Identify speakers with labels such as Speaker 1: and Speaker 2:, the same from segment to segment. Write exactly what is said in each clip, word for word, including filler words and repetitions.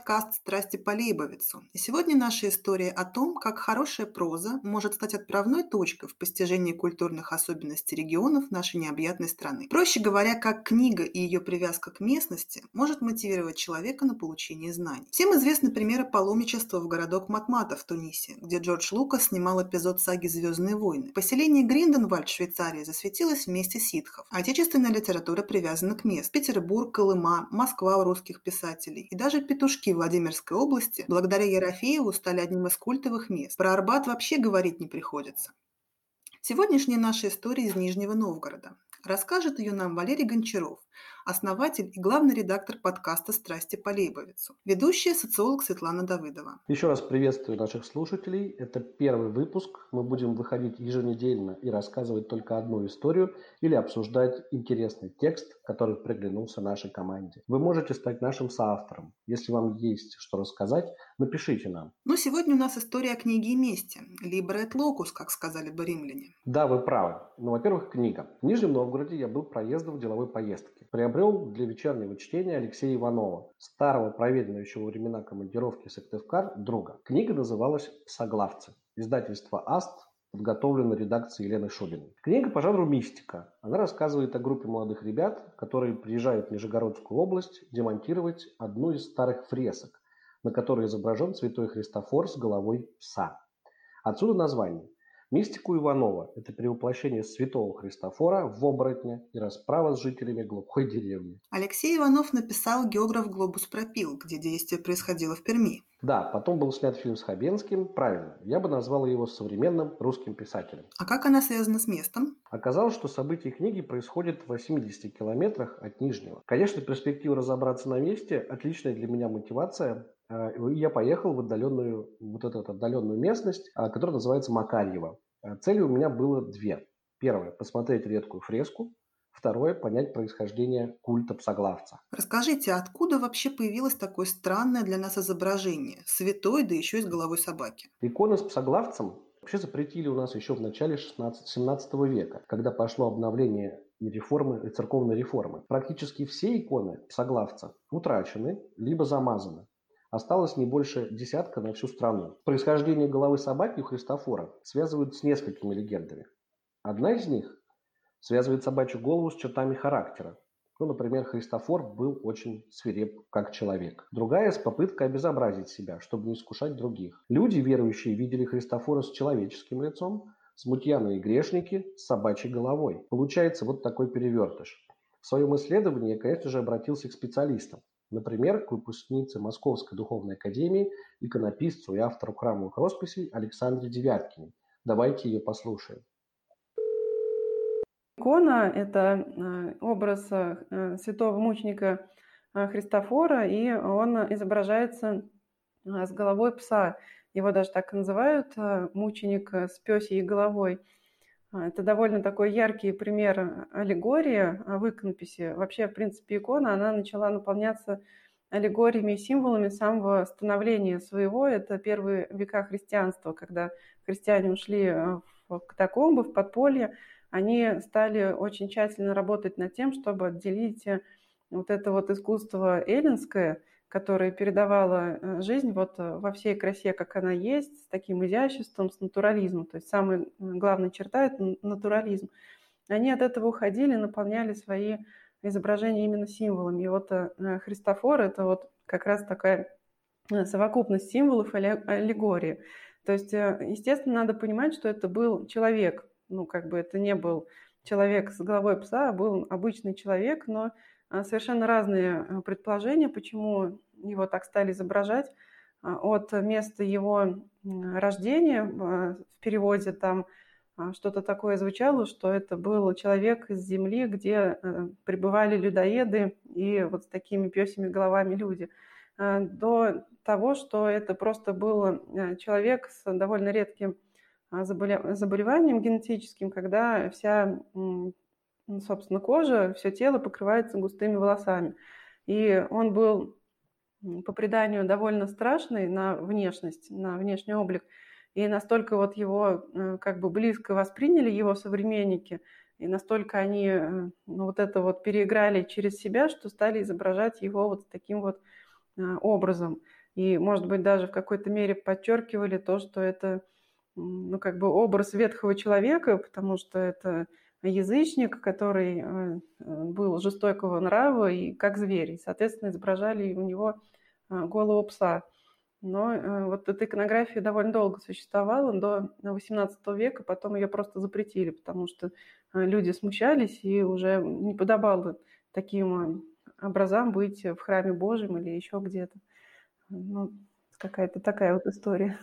Speaker 1: подкаст «Страсти по Лейбовицу». И сегодня наша история о том, как хорошая проза может стать отправной точкой в постижении культурных особенностей регионов нашей необъятной страны. Проще говоря, как книга и ее привязка к местности может мотивировать человека на получение знаний. Всем известны примеры паломничества в городок Матмата в Тунисе, где Джордж Лукас снимал эпизод саги «Звездные войны». Поселение Гринденвальд в Швейцарии засветилось вместе ситхов. Отечественная литература привязана к месту. Петербург, Колыма, Москва у русских писателей и даже Петушки в Владимирской области благодаря Ерофееву стали одним из культовых мест. Про Арбат вообще говорить не приходится. Сегодняшняя наша история из Нижнего Новгорода. Расскажет ее нам Валерий Гончаров, основатель и главный редактор подкаста «Страсти по Лейбовицу», ведущая социолог Светлана Давыдова.
Speaker 2: Еще раз приветствую наших слушателей. Это первый выпуск. Мы будем выходить еженедельно и рассказывать только одну историю или обсуждать интересный текст, который приглянулся нашей команде. Вы можете стать нашим соавтором. Если вам есть что рассказать, напишите нам.
Speaker 1: Но сегодня у нас история о книге и месте. Liber et locus, как сказали бы римляне.
Speaker 2: Да, вы правы. Ну, во-первых, книга. В Нижнем Новгороде я был проездом в деловой поездке. Приобрел для вечернего чтения Алексея Иванова, старого проверенного времена командировки Сыктывкар, друга. Книга называлась «Псоглавцы». Издательство «Аст», подготовлено редакцией Елены Шубиной. Книга по жанру мистика. Она рассказывает о группе молодых ребят, которые приезжают в Нижегородскую область демонтировать одну из старых фресок, на которой изображен святой Христофор с головой пса. Отсюда название. Мистику Иванова – это перевоплощение святого Христофора в оборотня и расправа с жителями глухой деревни.
Speaker 1: Алексей Иванов написал «Географ Глобус пропил», где действие происходило в Перми.
Speaker 2: Да, потом был снят фильм с Хабенским. Правильно, я бы назвал его современным русским писателем.
Speaker 1: А как она связана с местом? Оказалось,
Speaker 2: что события книги происходят в восьмидесяти километрах от Нижнего. Конечно, перспектива разобраться на месте – отличная для меня мотивация. Я поехал в отдаленную, вот эту отдаленную местность, которая называется Макарьево. Целей у меня было две. Первое – посмотреть редкую фреску. Второе – понять происхождение культа псоглавца.
Speaker 1: Расскажите, откуда вообще появилось такое странное для нас изображение? Святой, да еще и с головой собаки.
Speaker 2: Иконы с псоглавцем вообще запретили у нас еще в начале шестнадцатого-семнадцатого века, когда пошло обновление и реформы, и церковной реформы. Практически все иконы псоглавца утрачены, либо замазаны. Осталось не больше десятка на всю страну. Происхождение головы собаки у Христофора связывают с несколькими легендами. Одна из них связывает собачью голову с чертами характера. Ну, например, Христофор был очень свиреп, как человек. Другая – с попыткой обезобразить себя, чтобы не искушать других. Люди, верующие, видели Христофора с человеческим лицом, смутьяны и грешники с собачьей головой. Получается вот такой перевертыш. В своем исследовании я, конечно же, обратился к специалистам. Например, к выпускнице Московской духовной академии, иконописцу и автору храмовых росписей Александре Девяткиной. Давайте ее послушаем.
Speaker 3: Икона – это образ святого мученика Христофора, и он изображается с головой пса. Его даже так и называют – мученик с пёсьей головой. Это довольно такой яркий пример аллегории в иконописи. Вообще, в принципе, икона, она начала наполняться аллегориями и символами с самого становления своего. Это первые века христианства, когда христиане ушли в катакомбы, в подполье. Они стали очень тщательно работать над тем, чтобы отделить вот это вот искусство эллинское, которое передавало жизнь вот во всей красе, как она есть, с таким изяществом, с натурализмом. То есть самая главная черта – это натурализм. Они от этого уходили, наполняли свои изображения именно символами. И вот Христофор – это вот как раз такая совокупность символов и аллегории. То есть, естественно, надо понимать, что это был человек. Ну, как бы это не был человек с головой пса, а был обычный человек, но совершенно разные предположения, почему его так стали изображать. От места его рождения в переводе там что-то такое звучало, что это был человек из земли, где пребывали людоеды и вот с такими пёсьими головами люди, до того, что это просто был человек с довольно редким заболеванием генетическим, когда вся, собственно, кожа, все тело покрывается густыми волосами. И он был, по преданию, довольно страшный на внешность, на внешний облик. И настолько вот его как бы близко восприняли его современники, и настолько они ну, вот это вот переиграли через себя, что стали изображать его вот таким вот образом. И, может быть, даже в какой-то мере подчеркивали то, что это, м, ну, как бы образ ветхого человека, потому что это язычник, который э, э, был жестокого нрава и как зверь. И, соответственно, изображали у него э, голову пса. Но э, вот эта иконография довольно долго существовала, до восемнадцатого века, потом ее просто запретили, потому что э, люди смущались, и уже не подобало таким э, образам быть в храме Божьем или еще где-то. Ну, какая-то такая вот история.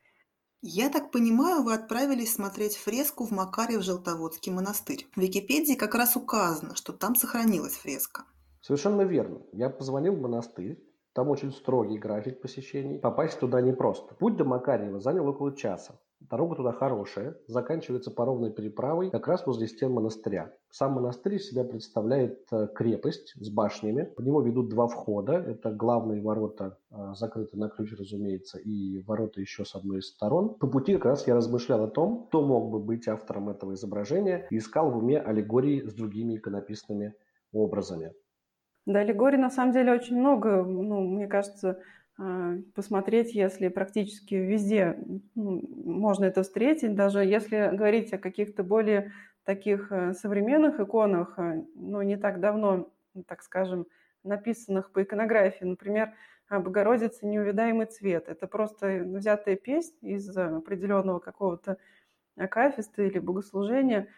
Speaker 1: Я так понимаю, вы отправились смотреть фреску в Макарьев-Желтоводский монастырь. В Википедии как раз указано, что там сохранилась фреска.
Speaker 2: Совершенно верно. Я позвонил в монастырь. Там очень строгий график посещений. Попасть туда непросто. Путь до Макарьева занял около часа. Дорога туда хорошая, заканчивается паромной переправой как раз возле стен монастыря. Сам монастырь из себя представляет э, крепость с башнями. В него ведут два входа. Это главные ворота, э, закрыты на ключ, разумеется, и ворота еще с одной из сторон. По пути как раз я размышлял о том, кто мог бы быть автором этого изображения, и искал в уме аллегории с другими иконописными образами.
Speaker 3: Да, аллегорий на самом деле очень много. Ну, мне кажется, а, посмотреть, если практически везде ну, можно это встретить, даже если говорить о каких-то более таких э, современных иконах, э, ну, не так давно, ну, так скажем, написанных по иконографии, например, а, Богородица «Неувидаемый цвет». Это просто взятая песня из определенного какого-то акафиста или богослужения,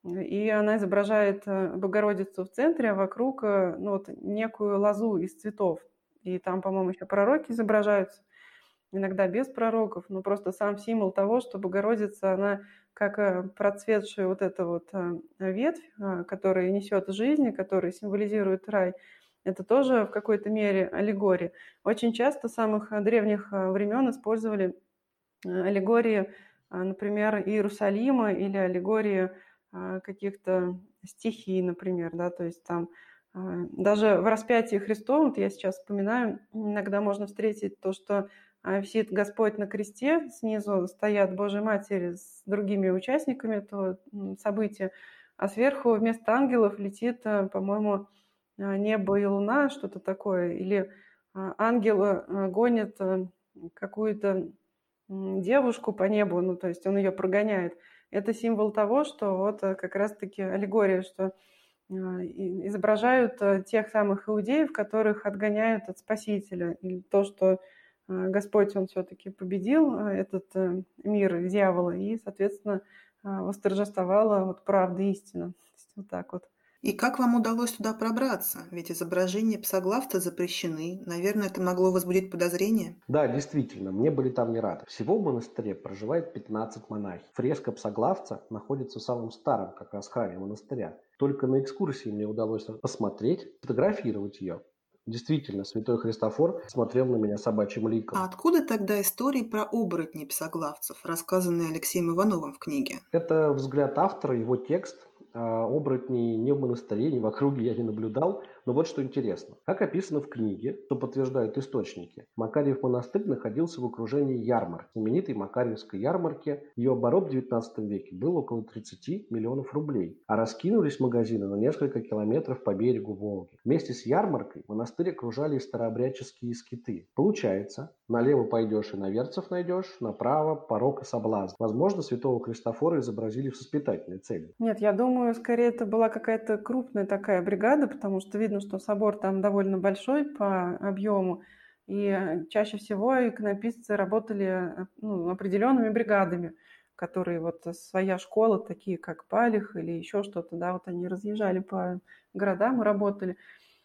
Speaker 3: и она изображает э, Богородицу в центре, а вокруг э, ну, вот, некую лозу из цветов. И там, по-моему, еще пророки изображаются, иногда без пророков, но просто сам символ того, что Богородица, она как э, процветшая вот эта вот э, ветвь, э, которая несет жизнь, которая символизирует рай, это тоже в какой-то мере аллегория. Очень часто с самых э, древних э, времен использовали э, аллегории, э, например, Иерусалима или аллегории э, каких-то стихий, например, да, то есть там э, даже в распятии Христовом, вот я сейчас вспоминаю, иногда можно встретить то, что э, висит Господь на кресте, снизу стоят Божьи Матери с другими участниками этого м, события, а сверху вместо ангелов летит, э, по-моему, э, небо и луна, что-то такое, или э, ангел э, гонит э, какую-то м, девушку по небу, ну, то есть он ее прогоняет. Это символ того, что вот э, как раз-таки аллегория, что э, и- изображают э, тех самых иудеев, которых отгоняют от Спасителя. И то, что э, Господь, Он все-таки победил э, этот э, мир дьявола, и, соответственно, э, восторжествовала вот правда и истина. То есть вот так вот.
Speaker 1: И как вам удалось туда пробраться? Ведь изображения псоглавца запрещены. Наверное, это могло возбудить подозрения.
Speaker 2: Да, действительно, мне были там не рады. Всего в монастыре проживает пятнадцать монахов. Фреска псоглавца находится в самом старом как раз храме монастыря. Только на экскурсии мне удалось посмотреть, фотографировать ее. Действительно, святой Христофор смотрел на меня собачьим ликом.
Speaker 1: А откуда тогда истории про оборотней псоглавцев, рассказанные Алексеем Ивановым в книге?
Speaker 2: Это взгляд автора, его текст. А, Оборотней ни в монастыре, ни в округе я не наблюдал. Но вот что интересно. Как описано в книге, что подтверждают источники, Макарьев монастырь находился в окружении ярмарки, знаменитой Макарьевской ярмарки. Ее оборот в девятнадцатом веке был около тридцати миллионов рублей. А раскинулись магазины на несколько километров по берегу Волги. Вместе с ярмаркой монастырь окружали и старообрядческие скиты. Получается, налево пойдешь и наверцев найдешь, направо порок и соблазн. Возможно, святого Христофора изобразили в соспитательной цели.
Speaker 3: Нет, я думаю, скорее это была какая-то крупная такая бригада, потому что видно, что собор там довольно большой по объему, и э, чаще всего иконописцы работали э, ну, определенными бригадами, которые вот э, своя школа, такие как Палих или еще что-то, да, вот они разъезжали по городам и работали.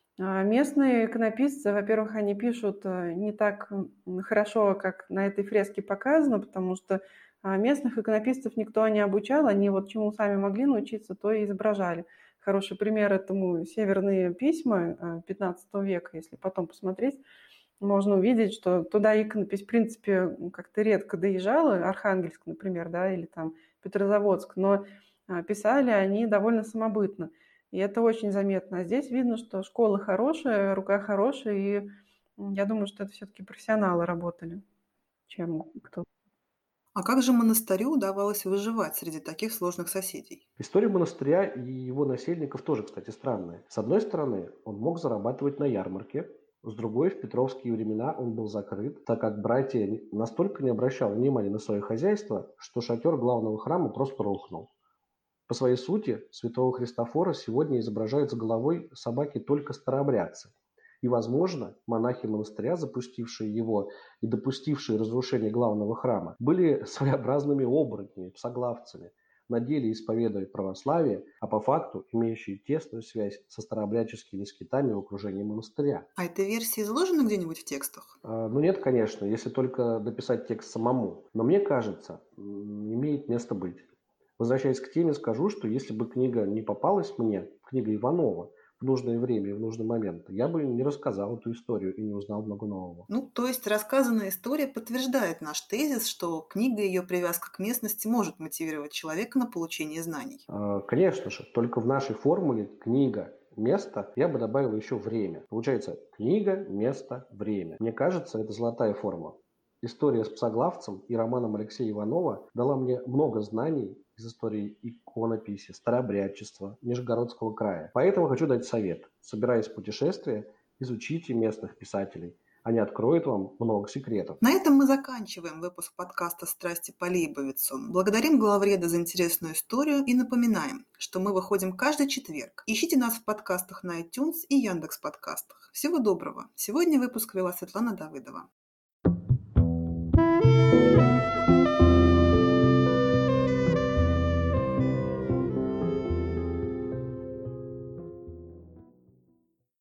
Speaker 3: А местные иконописцы, во-первых, они пишут э, не так м, хорошо, как на этой фреске показано, потому что а, местных иконописцев никто не обучал, они вот чему сами могли научиться, то и изображали. Хороший пример этому северные письма э, пятнадцатого века, если потом посмотреть, можно увидеть, что туда иконопись, в принципе, как-то редко доезжала, Архангельск, например, да, или там Петрозаводск, но а, писали они довольно самобытно. И это очень заметно. А здесь видно, что школа хорошая, рука хорошая, и м, я думаю, что это все-таки профессионалы работали, чем кто.
Speaker 1: А как же монастырю удавалось выживать среди таких сложных соседей?
Speaker 2: История монастыря и его насельников тоже, кстати, странная. С одной стороны, он мог зарабатывать на ярмарке, С другой, в петровские времена он был закрыт, так как братья не- настолько не обращали внимания на свое хозяйство, что шатер главного храма просто рухнул. По своей сути, святого Христофора сегодня изображают с головой собаки только старообрядцы. И, возможно, монахи монастыря, запустившие его и допустившие разрушение главного храма, были своеобразными оборотнями, псоглавцами, на деле исповедуя православие, а по факту имеющие тесную связь со старообрядческими скитами в окружении монастыря.
Speaker 1: А эта версия изложена где-нибудь в текстах?
Speaker 2: А, Ну нет, конечно, если только дописать текст самому. Но мне кажется, м, имеет место быть. Возвращаясь к теме, скажу, что если бы книга не попалась мне, книга Иванова, в нужное время и в нужный момент, я бы не рассказал эту историю и не узнал много нового.
Speaker 1: Ну, то есть рассказанная история подтверждает наш тезис, что книга и ее привязка к местности может мотивировать человека на получение знаний.
Speaker 2: А, Конечно же, только в нашей формуле книга, место я бы добавил еще время. Получается книга, место, время. Мне кажется, это золотая формула. История с псоглавцем и романом Алексея Иванова дала мне много знаний из истории иконописи, старообрядчества, Нижегородского края. Поэтому хочу дать совет. Собираясь в путешествие, изучите местных писателей. Они откроют вам много секретов.
Speaker 1: На этом мы заканчиваем выпуск подкаста «Страсти по Лейбовицу». Благодарим главреда за интересную историю и напоминаем, что мы выходим каждый четверг. Ищите нас в подкастах на iTunes и Яндекс.Подкастах. Всего доброго. Сегодня выпуск вела Светлана Давыдова.